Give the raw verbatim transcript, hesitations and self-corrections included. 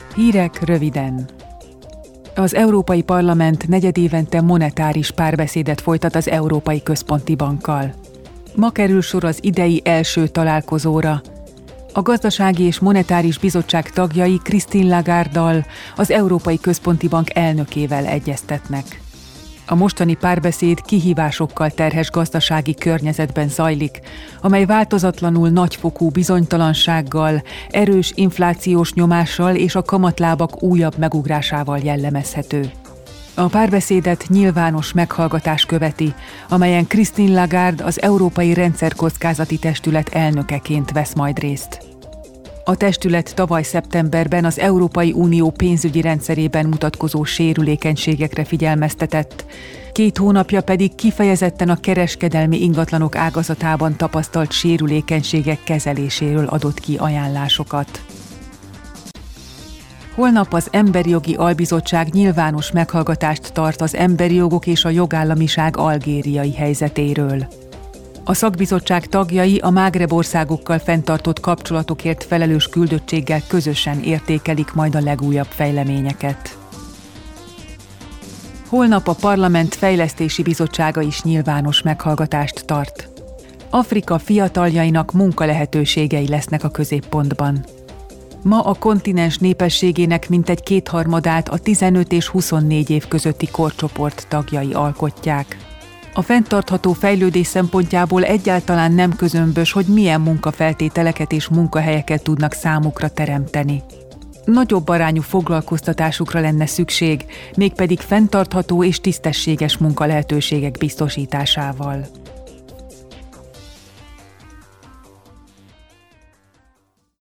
Hírek röviden. Az Európai Parlament negyedévente monetáris párbeszédet folytat az Európai Központi Bankkal. Ma kerül sor az idei első találkozóra. A Gazdasági és Monetáris Bizottság tagjai Christine Lagarde-dal, az Európai Központi Bank elnökével egyeztetnek. A mostani párbeszéd kihívásokkal terhes gazdasági környezetben zajlik, amely változatlanul nagyfokú bizonytalansággal, erős inflációs nyomással és a kamatlábak újabb megugrásával jellemezhető. A párbeszédet nyilvános meghallgatás követi, amelyen Christine Lagarde az Európai Rendszerkockázati Testület elnökeként vesz majd részt. A testület tavaly szeptemberben az Európai Unió pénzügyi rendszerében mutatkozó sérülékenységekre figyelmeztetett, két hónapja pedig kifejezetten a kereskedelmi ingatlanok ágazatában tapasztalt sérülékenységek kezeléséről adott ki ajánlásokat. Holnap az Emberi Jogi Albizottság nyilvános meghallgatást tart az emberi jogok és a jogállamiság algériai helyzetéről. A szakbizottság tagjai a Mágreb országokkal fenntartott kapcsolatokért felelős küldöttséggel közösen értékelik majd a legújabb fejleményeket. Holnap a Parlament Fejlesztési Bizottsága is nyilvános meghallgatást tart. Afrika fiataljainak munkalehetőségei lesznek a középpontban. Ma a kontinens népességének mintegy kétharmadát a tizenöt és huszonnégy év közötti korcsoport tagjai alkotják. A fenntartható fejlődés szempontjából egyáltalán nem közömbös, hogy milyen munkafeltételeket és munkahelyeket tudnak számukra teremteni. Nagyobb arányú foglalkoztatásukra lenne szükség, mégpedig fenntartható és tisztességes munkalehetőségek biztosításával.